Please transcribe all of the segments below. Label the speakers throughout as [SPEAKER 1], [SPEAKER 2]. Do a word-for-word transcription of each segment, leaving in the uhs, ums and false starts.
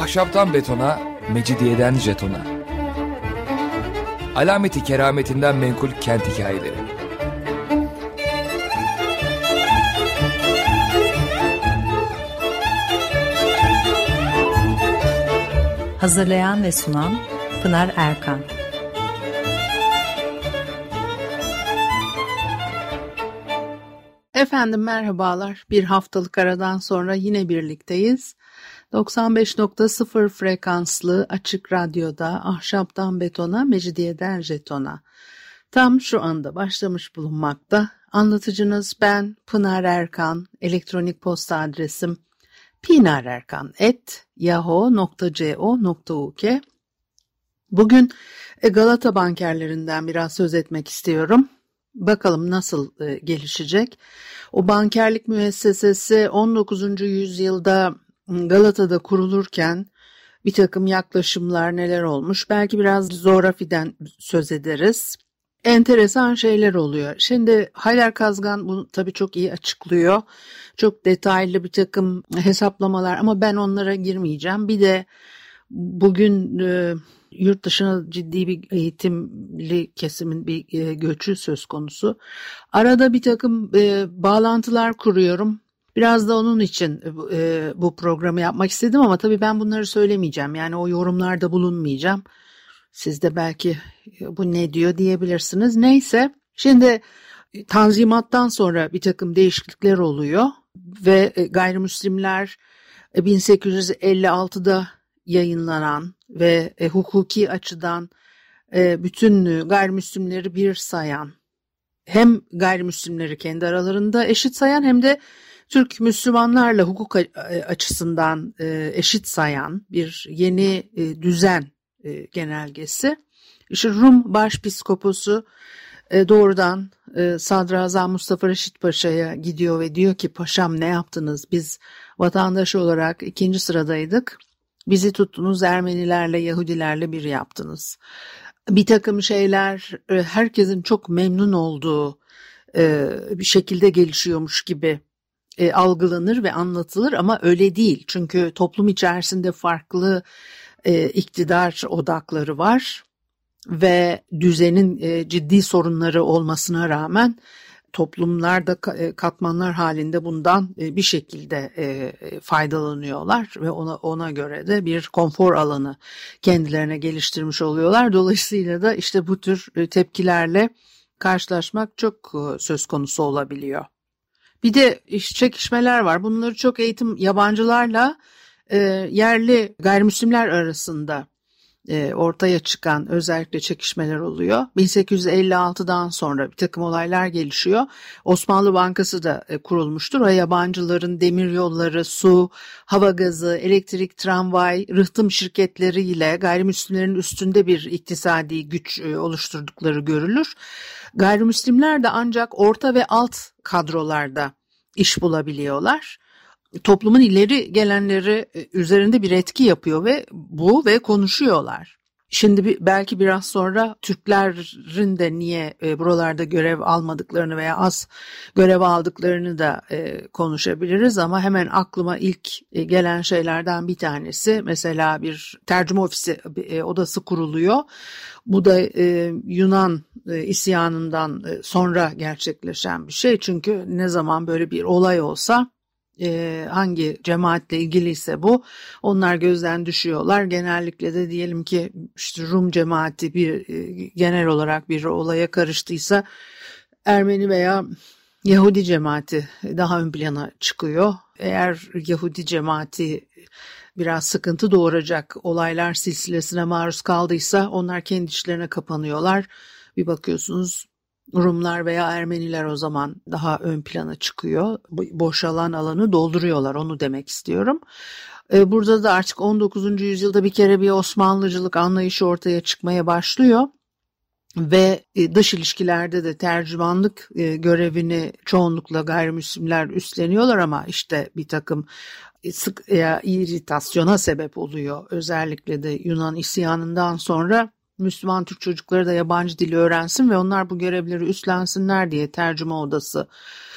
[SPEAKER 1] Ahşaptan betona, mecidiyeden jetona. Alameti kerametinden menkul kent hikayeleri.
[SPEAKER 2] Hazırlayan ve sunan Pınar Erkan.
[SPEAKER 3] Efendim merhabalar. Bir haftalık aradan sonra yine birlikteyiz. doksan beş nokta sıfır frekanslı açık radyoda ahşaptan betona, mecidiyeden jetona. Tam şu anda başlamış bulunmakta. Anlatıcınız ben Pınar Erkan. Elektronik posta adresim pinarerkan at yahoo nokta co nokta uk. Bugün Galata bankerlerinden biraz söz etmek istiyorum. Bakalım nasıl e, gelişecek. O bankerlik müessesesi on dokuzuncu yüzyılda Galata'da kurulurken bir takım yaklaşımlar neler olmuş? Belki biraz coğrafiden söz ederiz. Enteresan şeyler oluyor. Şimdi Haydar Kazgan bunu tabii çok iyi açıklıyor. Çok detaylı bir takım hesaplamalar ama ben onlara girmeyeceğim. Bir de bugün e, yurt dışına ciddi bir eğitimli kesimin bir e, göçü söz konusu. Arada bir takım e, bağlantılar kuruyorum. Biraz da onun için e, bu programı yapmak istedim ama tabii ben bunları söylemeyeceğim. Yani o yorumlarda bulunmayacağım. Siz de belki bu ne diyor diyebilirsiniz. Neyse, şimdi Tanzimat'tan sonra bir takım değişiklikler oluyor ve gayrimüslimler bin sekiz yüz elli altıda yayınlanan ve hukuki açıdan bütün gayrimüslimleri bir sayan, hem gayrimüslimleri kendi aralarında eşit sayan hem de Türk Müslümanlarla hukuk açısından eşit sayan bir yeni düzen genelgesi. İşte Rum Başpiskoposu doğrudan Sadrazam Mustafa Reşit Paşa'ya gidiyor ve diyor ki paşam ne yaptınız? Biz vatandaş olarak ikinci sıradaydık. Bizi tuttunuz Ermenilerle Yahudilerle bir yaptınız. Bir takım şeyler herkesin çok memnun olduğu bir şekilde gelişiyormuş gibi algılanır ve anlatılır ama öyle değil. Çünkü toplum içerisinde farklı E, iktidar odakları var ve düzenin e, ciddi sorunları olmasına rağmen toplumlar da e, katmanlar halinde bundan e, bir şekilde e, faydalanıyorlar ve ona ona göre de bir konfor alanı kendilerine geliştirmiş oluyorlar. Dolayısıyla da işte bu tür e, tepkilerle karşılaşmak çok e, söz konusu olabiliyor. Bir de iş çekişmeler var. Bunları çok eğitim yabancılarla E, yerli gayrimüslimler arasında e, ortaya çıkan özellikle çekişmeler oluyor. bin sekiz yüz elli altıdan sonra bir takım olaylar gelişiyor. Osmanlı Bankası da e, kurulmuştur. O yabancıların demir yolları, su, hava gazı, elektrik, tramvay, rıhtım şirketleriyle gayrimüslimlerin üstünde bir iktisadi güç e, oluşturdukları görülür. Gayrimüslimler de ancak orta ve alt kadrolarda iş bulabiliyorlar. Toplumun ileri gelenleri üzerinde bir etki yapıyor ve bu ve konuşuyorlar. Şimdi bir, belki biraz sonra Türklerin de niye e, buralarda görev almadıklarını veya az görev aldıklarını da e, konuşabiliriz ama hemen aklıma ilk e, gelen şeylerden bir tanesi mesela bir tercüme ofisi e, odası kuruluyor. Bu da e, Yunan e, isyanından e, sonra gerçekleşen bir şey çünkü ne zaman böyle bir olay olsa Ee, hangi cemaatle ilgiliyse bu onlar gözden düşüyorlar. Genellikle de diyelim ki işte Rum cemaati bir e, genel olarak bir olaya karıştıysa Ermeni veya Yahudi cemaati daha ön plana çıkıyor. Eğer Yahudi cemaati biraz sıkıntı doğuracak olaylar silsilesine maruz kaldıysa onlar kendi içlerine kapanıyorlar. Bir bakıyorsunuz Rumlar veya Ermeniler o zaman daha ön plana çıkıyor. Boşalan alanı dolduruyorlar, onu demek istiyorum. Burada da artık on dokuzuncu yüzyılda bir kere bir Osmanlıcılık anlayışı ortaya çıkmaya başlıyor. Ve dış ilişkilerde de tercümanlık görevini çoğunlukla gayrimüslimler üstleniyorlar ama işte bir takım sık ya iritasyona sebep oluyor. Özellikle de Yunan isyanından sonra Müslüman Türk çocukları da yabancı dili öğrensin ve onlar bu görevleri üstlensinler diye tercüme odası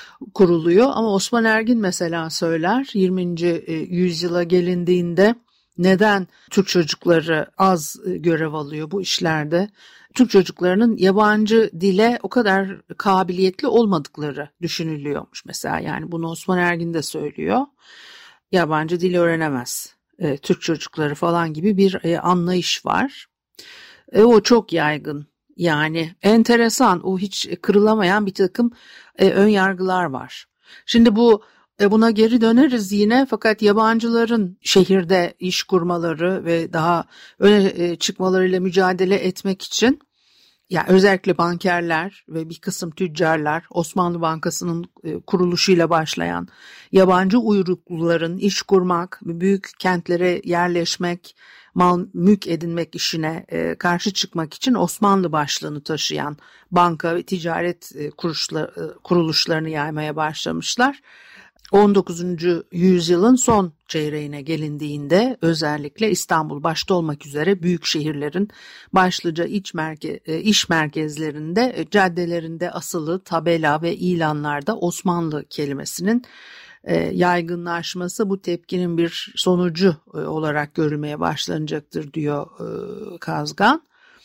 [SPEAKER 3] kuruluyor. Ama Osman Ergin mesela söyler yirminci yüzyıla gelindiğinde neden Türk çocukları az görev alıyor bu işlerde? Türk çocuklarının yabancı dile o kadar kabiliyetli olmadıkları düşünülüyormuş mesela. Yani bunu Osman Ergin de söylüyor. Yabancı dil öğrenemez e, Türk çocukları falan gibi bir e, anlayış var. E, o çok yaygın. Yani enteresan, o hiç kırılamayan bir takım e, ön yargılar var. Şimdi bu e, buna geri döneriz yine, fakat yabancıların şehirde iş kurmaları ve daha öne e, çıkmalarıyla mücadele etmek için, yani özellikle bankerler ve bir kısım tüccarlar, Osmanlı Bankası'nın e, kuruluşuyla başlayan yabancı uyrukluların iş kurmak, büyük kentlere yerleşmek, mal mülk edinmek işine e, karşı çıkmak için Osmanlı başlığını taşıyan banka ve ticaret e, kuruluşları, e, kuruluşlarını yaymaya başlamışlar. on dokuzuncu yüzyılın son çeyreğine gelindiğinde özellikle İstanbul başta olmak üzere büyük şehirlerin başlıca iç merke, iş merkezlerinde, caddelerinde asılı tabela ve ilanlarda Osmanlı kelimesinin yaygınlaşması bu tepkinin bir sonucu olarak görülmeye başlanacaktır diyor Kazgan,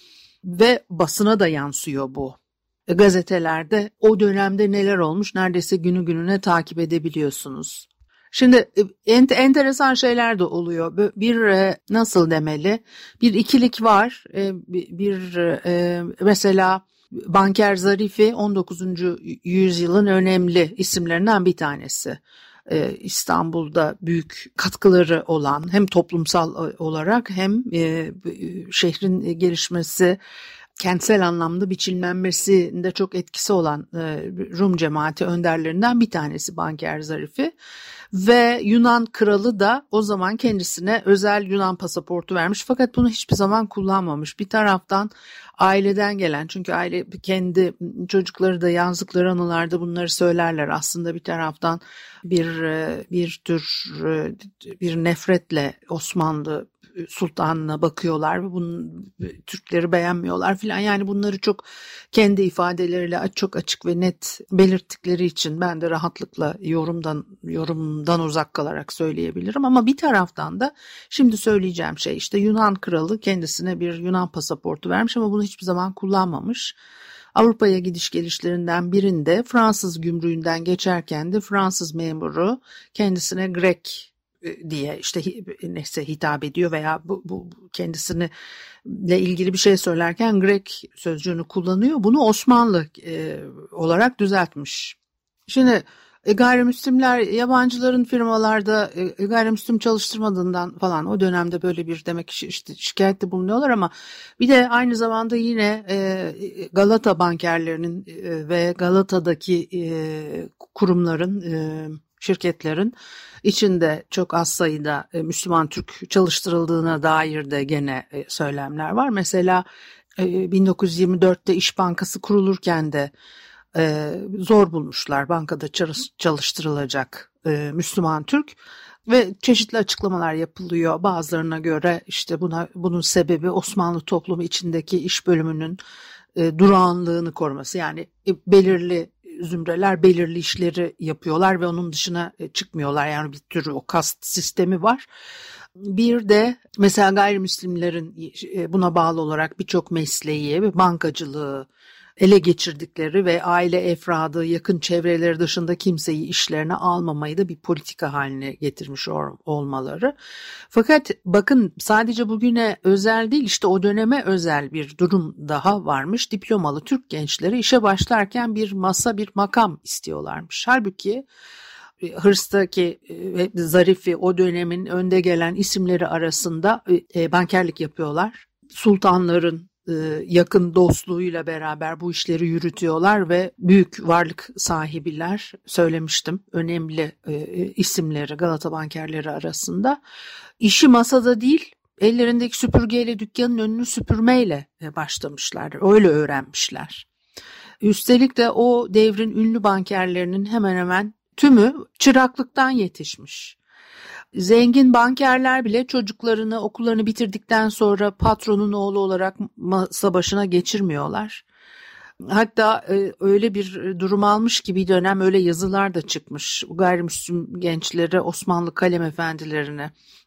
[SPEAKER 3] ve basına da yansıyor bu. Gazetelerde o dönemde neler olmuş neredeyse günü gününe takip edebiliyorsunuz. Şimdi enteresan şeyler de oluyor. Bir nasıl demeli? Bir ikilik var. Bir mesela Banker Zarifi on dokuzuncu yüzyılın önemli isimlerinden bir tanesi. İstanbul'da büyük katkıları olan, hem toplumsal olarak hem şehrin gelişmesi, kentsel anlamda biçimlenmesinde çok etkisi olan Rum cemaati önderlerinden bir tanesi Banker Zarifi. Ve Yunan kralı da o zaman kendisine özel Yunan pasaportu vermiş, fakat bunu hiçbir zaman kullanmamış. Bir taraftan aileden gelen, çünkü aile kendi çocukları da yazdıkları anılarda bunları söylerler, aslında bir taraftan bir bir tür bir nefretle Osmanlı sultanına bakıyorlar ve bunun Türkleri beğenmiyorlar filan. Yani bunları çok kendi ifadeleriyle çok açık ve net belirttikleri için ben de rahatlıkla yorumdan yorumdan uzak kalarak söyleyebilirim. Ama bir taraftan da şimdi söyleyeceğim şey, işte Yunan kralı kendisine bir Yunan pasaportu vermiş ama bunu hiçbir zaman kullanmamış. Avrupa'ya gidiş gelişlerinden birinde Fransız gümrüğünden geçerken de Fransız memuru kendisine Grek diye işte neyse hitap ediyor veya bu, bu kendisine ile ilgili bir şey söylerken Grek sözcüğünü kullanıyor. Bunu Osmanlı e, olarak düzeltmiş. Şimdi e, gayrimüslimler yabancıların firmalarda e, gayrimüslim çalıştırmadığından falan o dönemde böyle bir demek ki işte şikayette bulunuyorlar, ama bir de aynı zamanda yine e, Galata bankerlerinin e, ve Galata'daki e, kurumların e, şirketlerin içinde çok az sayıda Müslüman Türk çalıştırıldığına dair de gene söylemler var. Mesela bin dokuz yüz yirmi dörtte İş Bankası kurulurken de zor bulmuşlar bankada çalıştırılacak Müslüman Türk ve çeşitli açıklamalar yapılıyor. Bazılarına göre işte buna bunun sebebi Osmanlı toplumu içindeki iş bölümünün durağanlığını koruması, yani belirli zümreler belirli işleri yapıyorlar ve onun dışına çıkmıyorlar. Yani bir tür o kast sistemi var. Bir de mesela gayrimüslimlerin buna bağlı olarak birçok mesleği ve bankacılığı ele geçirdikleri ve aile efradı, yakın çevreleri dışında kimseyi işlerine almamayı da bir politika haline getirmiş olmaları. Fakat bakın, sadece bugüne özel değil, işte o döneme özel bir durum daha varmış. Diplomalı Türk gençleri işe başlarken bir masa, bir makam istiyorlarmış. Halbuki hırstaki ve Zarifi o dönemin önde gelen isimleri arasında bankerlik yapıyorlar. Sultanların yakın dostluğuyla beraber bu işleri yürütüyorlar ve büyük varlık sahibiler, söylemiştim, önemli isimleri Galata bankerleri arasında. İşi masada değil, ellerindeki süpürgeyle dükkanın önünü süpürmeyle başlamışlar. Öyle öğrenmişler. Üstelik de o devrin ünlü bankerlerinin hemen hemen tümü çıraklıktan yetişmiş. Zengin bankerler bile çocuklarını okullarını bitirdikten sonra patronun oğlu olarak masa başına geçirmiyorlar. Hatta öyle bir durum almış ki bir dönem öyle yazılar da çıkmış. Gayrimüslim gençlere, Osmanlı kalem efendilerine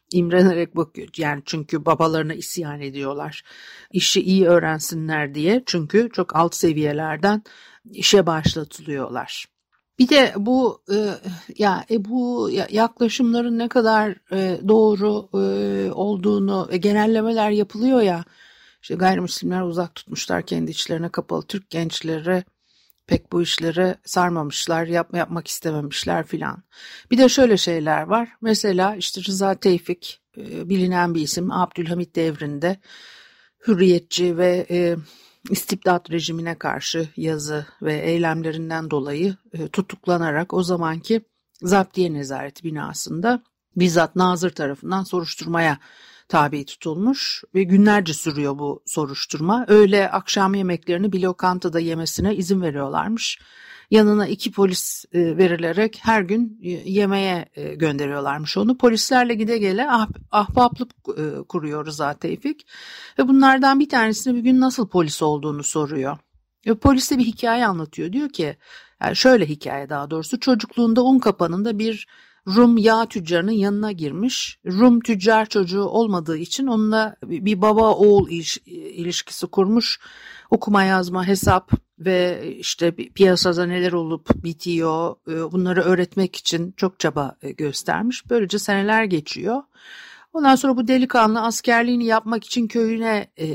[SPEAKER 3] imrenerek bakıyor. Yani çünkü babalarına isyan ediyorlar. İşi iyi öğrensinler diye. Çünkü çok alt seviyelerden işe başlatılıyorlar. Bir de bu e, ya e, bu yaklaşımların ne kadar e, doğru e, olduğunu e, genellemeler yapılıyor ya. İşte gayrimüslimler uzak tutmuşlar, kendi içlerine kapalı. Türk gençleri pek bu işleri sarmamışlar, yapma yapmak istememişler filan. Bir de şöyle şeyler var. Mesela işte Rıza Tevfik e, bilinen bir isim. Abdülhamit devrinde hürriyetçi ve e, istibdat rejimine karşı yazı ve eylemlerinden dolayı e, tutuklanarak o zamanki Zaptiye Nezareti binasında bizzat nazır tarafından soruşturmaya tabi tutulmuş ve günlerce sürüyor bu soruşturma. Öğle akşam yemeklerini bir lokantada yemesine izin veriyorlarmış. Yanına iki polis verilerek her gün yemeğe gönderiyorlarmış onu. Polislerle gide gele ah, ahbaplık kuruyor Rıza Tevfik. Ve bunlardan bir tanesine bir gün nasıl polis olduğunu soruyor. Ve polis de bir hikaye anlatıyor. Diyor ki, yani şöyle hikaye daha doğrusu, çocukluğunda un kapanında bir Rum yağ tüccarının yanına girmiş. Rum tüccar çocuğu olmadığı için onunla bir baba oğul ilişkisi kurmuş. Okuma yazma, hesap ve işte piyasada neler olup bitiyor bunları öğretmek için çok çaba göstermiş. Böylece seneler geçiyor. Ondan sonra bu delikanlı askerliğini yapmak için köyüne e,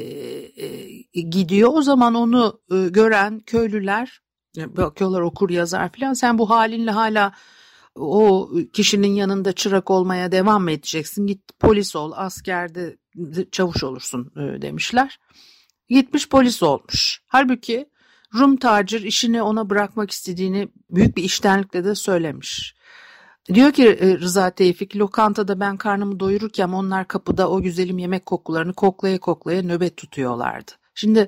[SPEAKER 3] e, gidiyor. O zaman onu e, gören köylüler bakıyorlar, okur yazar falan, sen bu halinle hala o kişinin yanında çırak olmaya devam mı edeceksin? Git polis ol, askerde çavuş olursun demişler. Gitmiş polis olmuş. Halbuki Rum tacir işini ona bırakmak istediğini büyük bir içtenlikle de söylemiş. Diyor ki Rıza Tevfik, lokantada ben karnımı doyururken onlar kapıda o güzelim yemek kokularını koklaya koklaya nöbet tutuyorlardı. Şimdi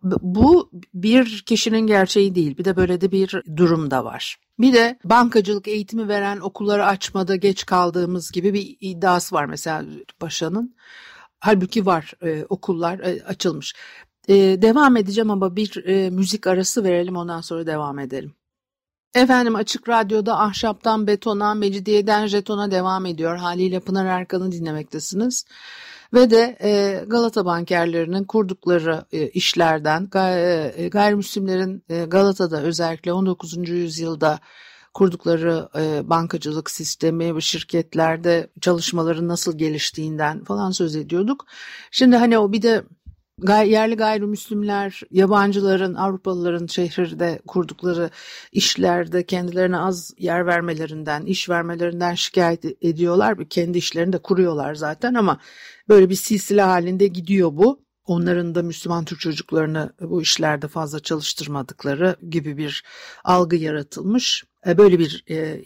[SPEAKER 3] bu bir kişinin gerçeği değil, bir de böyle de bir durum da var. Bir de bankacılık eğitimi veren okulları açmada geç kaldığımız gibi bir iddiası var mesela Paşa'nın. Halbuki var, e, okullar e, açılmış. E, devam edeceğim ama bir e, müzik arası verelim, ondan sonra devam edelim. Efendim, Açık Radyo'da Ahşaptan Betona, Mecidiyeden Jeton'a devam ediyor. Haliyle Pınar Erkan'ı dinlemektesiniz. Ve de e, Galata bankerlerinin kurdukları e, işlerden, gay, e, gayrimüslimlerin e, Galata'da özellikle on dokuzuncu yüzyılda kurdukları e, bankacılık sistemi ve şirketlerde çalışmaların nasıl geliştiğinden falan söz ediyorduk. Şimdi hani o bir de gay, yerli gayrimüslimler, yabancıların, Avrupalıların şehirde kurdukları işlerde kendilerine az yer vermelerinden, iş vermelerinden şikayet ediyorlar. Kendi işlerini de kuruyorlar zaten ama böyle bir silsile halinde gidiyor bu. Onların da Müslüman Türk çocuklarını bu işlerde fazla çalıştırmadıkları gibi bir algı yaratılmış. Böyle bir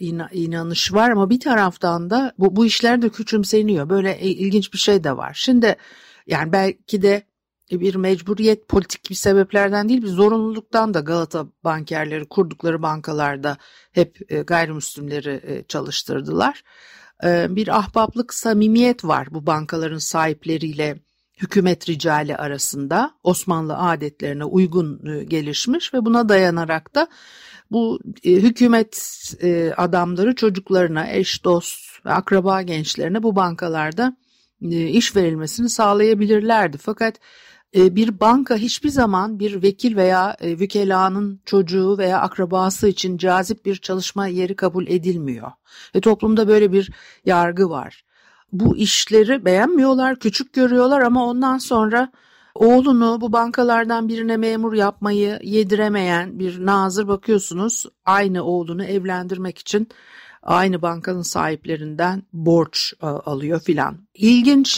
[SPEAKER 3] inanış var ama bir taraftan da bu, bu işler de küçümseniyor. Böyle ilginç bir şey de var. Şimdi yani belki de bir mecburiyet, politik bir sebeplerden değil, bir zorunluluktan da Galata bankerleri kurdukları bankalarda hep gayrimüslimleri çalıştırdılar. Bir ahbaplık, samimiyet var bu bankaların sahipleriyle hükümet ricali arasında, Osmanlı adetlerine uygun gelişmiş ve buna dayanarak da bu hükümet adamları çocuklarına, eş, dost ve akraba gençlerine bu bankalarda iş verilmesini sağlayabilirlerdi. Fakat bir banka hiçbir zaman bir vekil veya vükelanın çocuğu veya akrabası için cazip bir çalışma yeri kabul edilmiyor. Ve toplumda böyle bir yargı var. Bu işleri beğenmiyorlar, küçük görüyorlar ama ondan sonra oğlunu bu bankalardan birine memur yapmayı yediremeyen bir nazır bakıyorsunuz, aynı oğlunu evlendirmek için aynı bankanın sahiplerinden borç alıyor filan. İlginç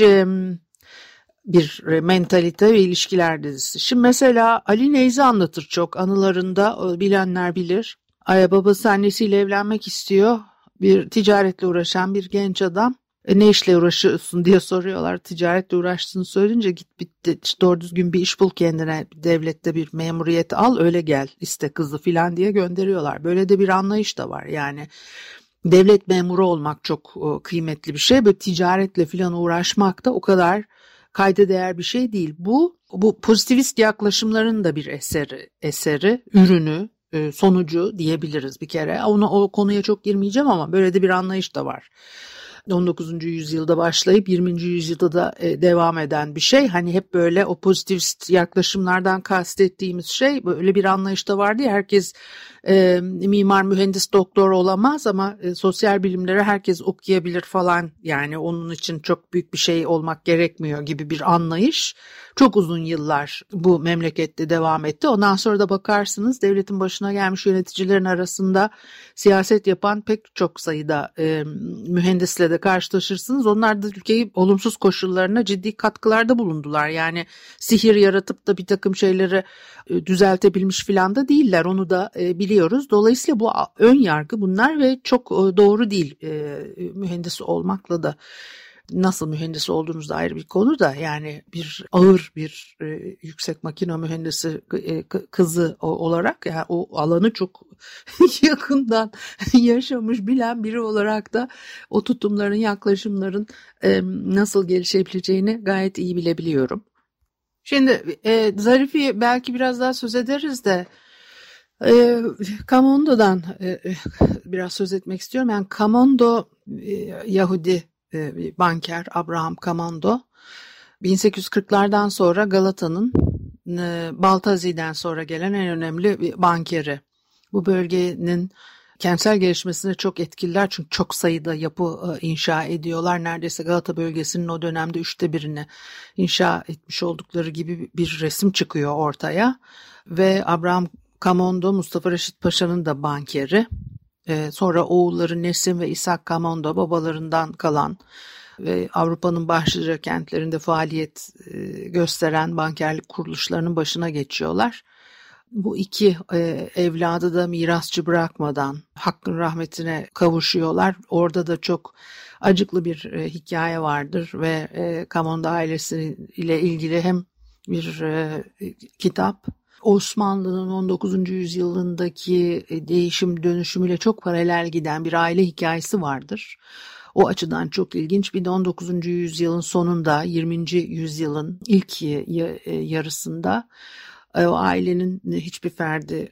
[SPEAKER 3] bir mentalite ve ilişkiler dizisi. Şimdi mesela Ali Neyzi anlatır çok anılarında, bilenler bilir. Ay, babası annesiyle evlenmek istiyor. Bir ticaretle uğraşan bir genç adam. E, ne işle uğraşıyorsun diye soruyorlar. Ticaretle uğraştığını söyleyince git bitti, doğru düzgün bir iş bul kendine, devlette bir memuriyet al öyle gel iste kızı filan diye gönderiyorlar. Böyle de bir anlayış da var yani. Devlet memuru olmak çok kıymetli bir şey. Böyle ticaretle filan uğraşmak da o kadar kayda değer bir şey değil. Bu bu pozitivist yaklaşımların da bir eseri, eseri, ürünü, sonucu diyebiliriz bir kere. Ona, o konuya çok girmeyeceğim ama böyle de bir anlayış da var. on dokuzuncu yüzyılda başlayıp yirminci yüzyılda da e, devam eden bir şey. Hani hep böyle o pozitivist yaklaşımlardan kastettiğimiz şey böyle bir anlayışta vardı ya, herkes e, mimar, mühendis, doktor olamaz ama e, sosyal bilimleri herkes okuyabilir falan, yani onun için çok büyük bir şey olmak gerekmiyor gibi bir anlayış çok uzun yıllar bu memlekette devam etti. Ondan sonra da bakarsınız devletin başına gelmiş yöneticilerin arasında siyaset yapan pek çok sayıda e, mühendisle de karşılaşırsınız. Onlar da ülkeyi olumsuz koşullarına ciddi katkılarda bulundular. Yani sihir yaratıp da bir takım şeyleri e, düzeltebilmiş filan da değiller. Onu da e, biliyoruz. Dolayısıyla bu ön yargı bunlar ve çok e, doğru değil. E, mühendis olmakla da, nasıl mühendis olduğunuz da ayrı bir konu da, yani bir ağır bir e, yüksek makine mühendisi e, kızı olarak, yani o alanı çok yakından yaşamış bilen biri olarak da o tutumların, yaklaşımların e, nasıl gelişebileceğini gayet iyi bilebiliyorum. Şimdi e, Zarif'i belki biraz daha söz ederiz de e, Camondo'dan e, biraz söz etmek istiyorum. Yani Camondo e, Yahudi bir banker, Abraham Camondo, bin sekiz yüz kırklardan sonra Galata'nın Baltazi'den sonra gelen en önemli bir bankeri. Bu bölgenin kentsel gelişmesine çok etkililer çünkü çok sayıda yapı inşa ediyorlar. Neredeyse Galata bölgesinin o dönemde üçte birini inşa etmiş oldukları gibi bir resim çıkıyor ortaya. Ve Abraham Camondo, Mustafa Reşit Paşa'nın da bankeri. Ee, sonra oğulları Nesim ve İshak Camondo babalarından kalan ve Avrupa'nın başlıca kentlerinde faaliyet e, gösteren bankerlik kuruluşlarının başına geçiyorlar. Bu iki e, evladı da mirasçı bırakmadan Hakk'ın rahmetine kavuşuyorlar. Orada da çok acıklı bir e, hikaye vardır ve e, Camondo ailesi ile ilgili hem bir e, kitap, Osmanlı'nın on dokuzuncu yüzyılındaki değişim dönüşümüyle çok paralel giden bir aile hikayesi vardır. O açıdan çok ilginç. Bir de on dokuzuncu yüzyılın sonunda, yirminci yüzyılın ilk yarısında o ailenin hiçbir ferdi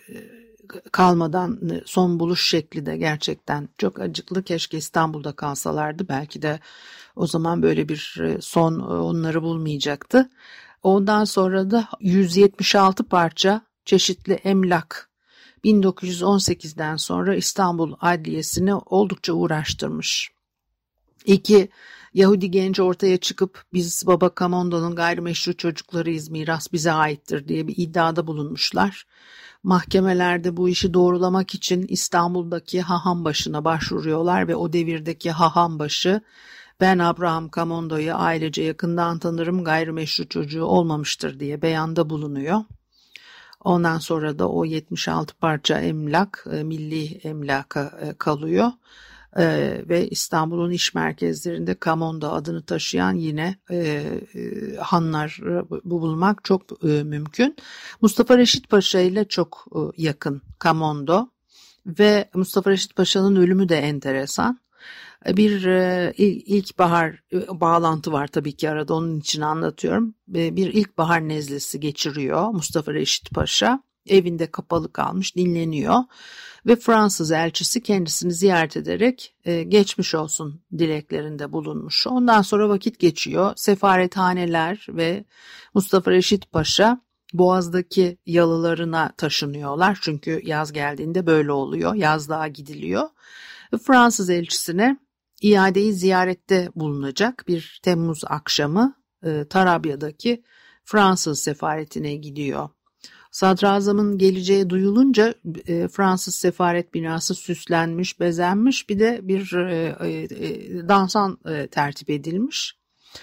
[SPEAKER 3] kalmadan son buluş şekli de gerçekten çok acıklı. Keşke İstanbul'da kalsalardı. Belki de o zaman böyle bir son onları bulmayacaktı. Ondan sonra da yüz yetmiş altı parça çeşitli emlak bin dokuz yüz on sekizden sonra İstanbul Adliyesi'ni oldukça uğraştırmış. İki Yahudi genci ortaya çıkıp biz baba Camondo'nun gayrimeşru çocuklarıyız, miras bize aittir diye bir iddiada bulunmuşlar. Mahkemelerde bu işi doğrulamak için İstanbul'daki Hahambaşı'na başvuruyorlar ve o devirdeki Hahambaşı, ben Abraham Camondo'yu ailece yakından tanırım, gayrimeşru çocuğu olmamıştır diye beyanda bulunuyor. Ondan sonra da o yetmiş altı parça emlak milli emlaka kalıyor. Ee, ve İstanbul'un iş merkezlerinde Camondo adını taşıyan yine e, e, hanlar bulmak çok e, mümkün. Mustafa Reşit Paşa ile çok e, yakın Camondo ve Mustafa Reşit Paşa'nın ölümü de enteresan. Bir e, ilkbahar e, bağlantı var tabii ki arada, onun için anlatıyorum. E, bir ilkbahar nezlesi geçiriyor Mustafa Reşit Paşa. Evinde kapalı kalmış, dinleniyor ve Fransız elçisi kendisini ziyaret ederek e, geçmiş olsun dileklerinde bulunmuş. Ondan sonra vakit geçiyor. Sefarethaneler ve Mustafa Reşit Paşa Boğaz'daki yalılarına taşınıyorlar. Çünkü yaz geldiğinde böyle oluyor. Yazlığa gidiliyor. Fransız elçisine iadeyi ziyarette bulunacak bir Temmuz akşamı e, Tarabya'daki Fransız sefaretine gidiyor. Sadrazamın geleceği duyulunca e, Fransız sefaret binası süslenmiş, bezenmiş, bir de bir e, e, dansan e, tertip edilmiş.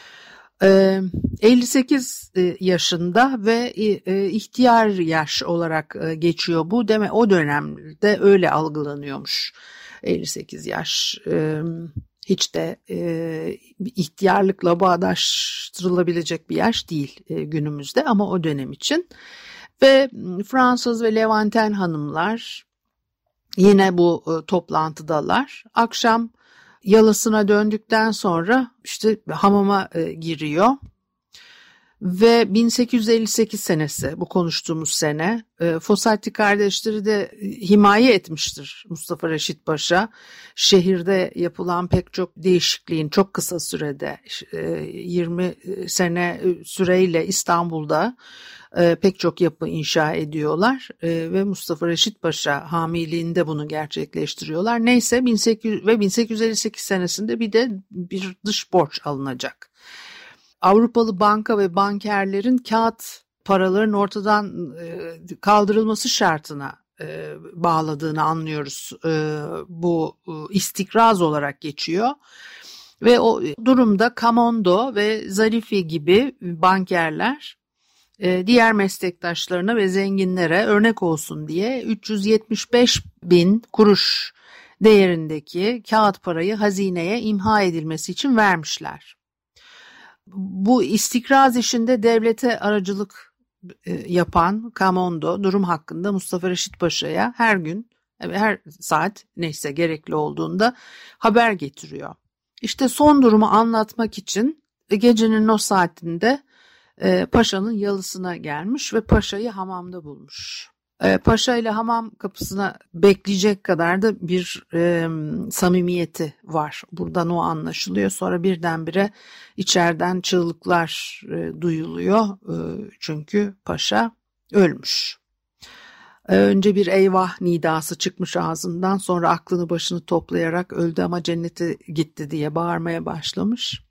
[SPEAKER 3] E, elli sekiz yaşında ve e, ihtiyar yaş olarak e, geçiyor bu. Deme o dönemde öyle algılanıyormuş. elli sekiz yaş e, hiç de e, ihtiyarlıkla bağdaştırılabilecek bir yaş değil e, günümüzde ama o dönem için. Ve Fransız ve Levanten hanımlar yine bu e, toplantıdalar. Akşam yalısına döndükten sonra işte hamama e, giriyor. Ve bin sekiz yüz elli sekiz senesi bu konuştuğumuz sene. E, Fossati kardeşleri de himaye etmiştir Mustafa Reşit Paşa. Şehirde yapılan pek çok değişikliğin çok kısa sürede e, yirmi sene süreyle İstanbul'da e, pek çok yapı inşa ediyorlar e, ve Mustafa Reşit Paşa hamiliğinde bunu gerçekleştiriyorlar. Neyse bin sekiz yüz ve bin sekiz yüz elli sekiz senesinde bir de bir dış borç alınacak. Avrupalı banka ve bankerlerin kağıt paraların ortadan kaldırılması şartına bağladığını anlıyoruz. Bu istikraz olarak geçiyor. Ve o durumda Camondo ve Zarifi gibi bankerler diğer meslektaşlarına ve zenginlere örnek olsun diye üç yüz yetmiş beş bin kuruş değerindeki kağıt parayı hazineye imha edilmesi için vermişler. Bu istikraz işinde devlete aracılık yapan Camondo durum hakkında Mustafa Reşit Paşa'ya her gün, her saat neyse gerekli olduğunda haber getiriyor. İşte son durumu anlatmak için gecenin o saatinde Paşa'nın yalısına gelmiş ve Paşa'yı hamamda bulmuş. Paşa ile hamam kapısına bekleyecek kadar da bir e, samimiyeti var. Buradan o anlaşılıyor. Sonra birdenbire içeriden çığlıklar e, duyuluyor. E, çünkü Paşa ölmüş. E, önce bir eyvah nidası çıkmış ağzından, sonra aklını başını toplayarak öldü ama cennete gitti diye bağırmaya başlamış.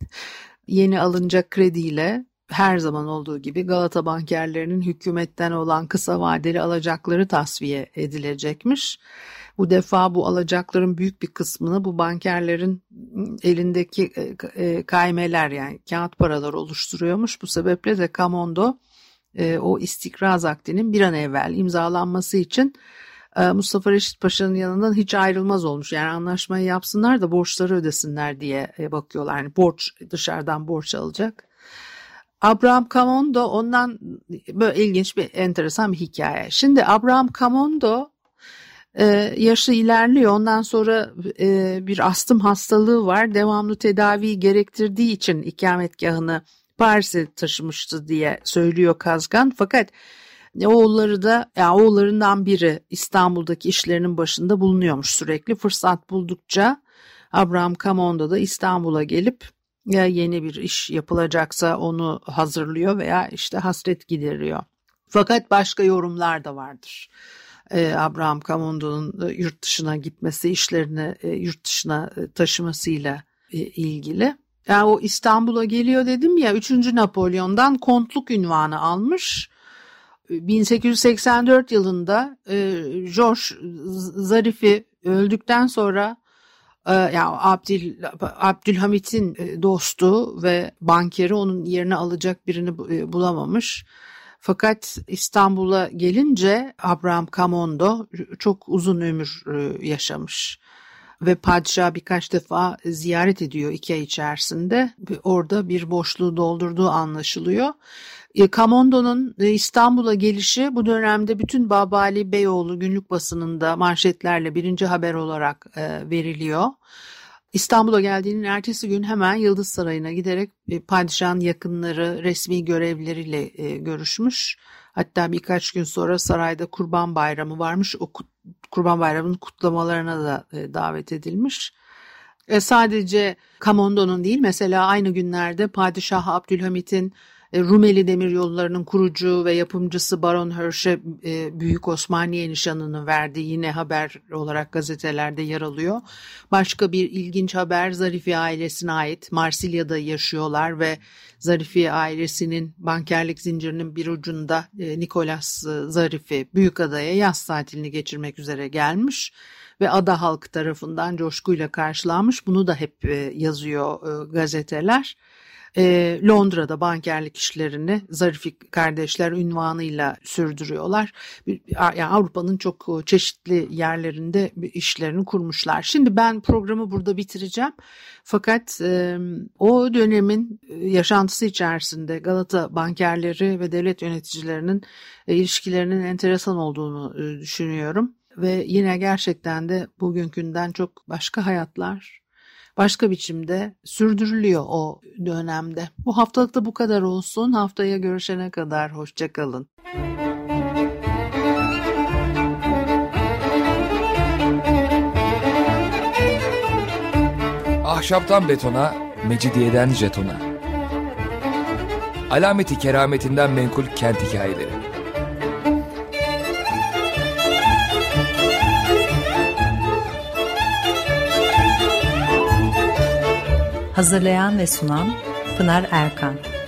[SPEAKER 3] Yeni alınacak krediyle her zaman olduğu gibi Galata bankerlerinin hükümetten olan kısa vadeli alacakları tasfiye edilecekmiş. Bu defa bu alacakların büyük bir kısmını bu bankerlerin elindeki kaymeler, yani kağıt paralar oluşturuyormuş. Bu sebeple de Camondo o istikraz aktinin bir an evvel imzalanması için Mustafa Reşit Paşa'nın yanından hiç ayrılmaz olmuş. Yani anlaşmayı yapsınlar da borçları ödesinler diye bakıyorlar. Yani borç, dışarıdan borç alacak. Abraham Camondo ondan böyle ilginç bir enteresan bir hikaye. Şimdi Abraham Camondo e, yaşı ilerliyor. Ondan sonra e, bir astım hastalığı var. Devamlı tedavi gerektirdiği için ikametgahını Paris'e taşımıştı diye söylüyor Kazgan. Fakat oğulları da, yani oğullarından biri İstanbul'daki işlerinin başında bulunuyormuş sürekli. Fırsat buldukça Abraham Camondo da İstanbul'a gelip ya yeni bir iş yapılacaksa onu hazırlıyor veya işte hasret gideriyor. Fakat başka yorumlar da vardır. Ee, Abraham Camondo'nun yurt dışına gitmesi, işlerini e, yurt dışına taşımasıyla e, ilgili. Yani o İstanbul'a geliyor dedim ya, üçüncü Napolyon'dan kontluk unvanı almış. bin sekiz yüz seksen dört yılında e, George Zarifi öldükten sonra yani Abdül, Abdülhamit'in dostu ve bankeri onun yerine alacak birini bulamamış. Fakat İstanbul'a gelince Abraham Camondo çok uzun ömür yaşamış. Ve padişah birkaç defa ziyaret ediyor iki ay içerisinde. Orada bir boşluğu doldurduğu anlaşılıyor. Camondo'nun İstanbul'a gelişi bu dönemde bütün Babali Beyoğlu günlük basınında manşetlerle birinci haber olarak veriliyor. İstanbul'a geldiğinin ertesi gün hemen Yıldız Sarayı'na giderek padişahın yakınları, resmi görevlileriyle görüşmüş. Hatta birkaç gün sonra sarayda Kurban Bayramı varmış. O Kurban Bayramı'nın kutlamalarına da davet edilmiş. E sadece Camondo'nun değil, mesela aynı günlerde Padişah Abdülhamit'in Rumeli Demiryolları'nın kurucu ve yapımcısı Baron Hirsch'e Büyük Osmaniye nişanını verdiği yine haber olarak gazetelerde yer alıyor. Başka bir ilginç haber Zarifi ailesine ait. Marsilya'da yaşıyorlar ve Zarifi ailesinin bankerlik zincirinin bir ucunda Nicolas Zarifi Büyükada'ya yaz tatilini geçirmek üzere gelmiş ve ada halkı tarafından coşkuyla karşılanmış. Bunu da hep yazıyor gazeteler. E, Londra'da bankerlik işlerini Zarifi kardeşler unvanıyla sürdürüyorlar. Yani Avrupa'nın çok çeşitli yerlerinde işlerini kurmuşlar. Şimdi ben programı burada bitireceğim. Fakat e, o dönemin yaşantısı içerisinde Galata bankerleri ve devlet yöneticilerinin e, ilişkilerinin enteresan olduğunu e, düşünüyorum. Ve yine gerçekten de bugünkünden çok başka hayatlar, başka biçimde sürdürülüyor o dönemde. Bu haftalık da bu kadar olsun. Haftaya görüşene kadar hoşça kalın.
[SPEAKER 1] Ahşaptan betona, mecidiyeden jetona. Alameti kerametinden menkul kent hikayeleri.
[SPEAKER 2] Hazırlayan ve sunan Pınar Erkan.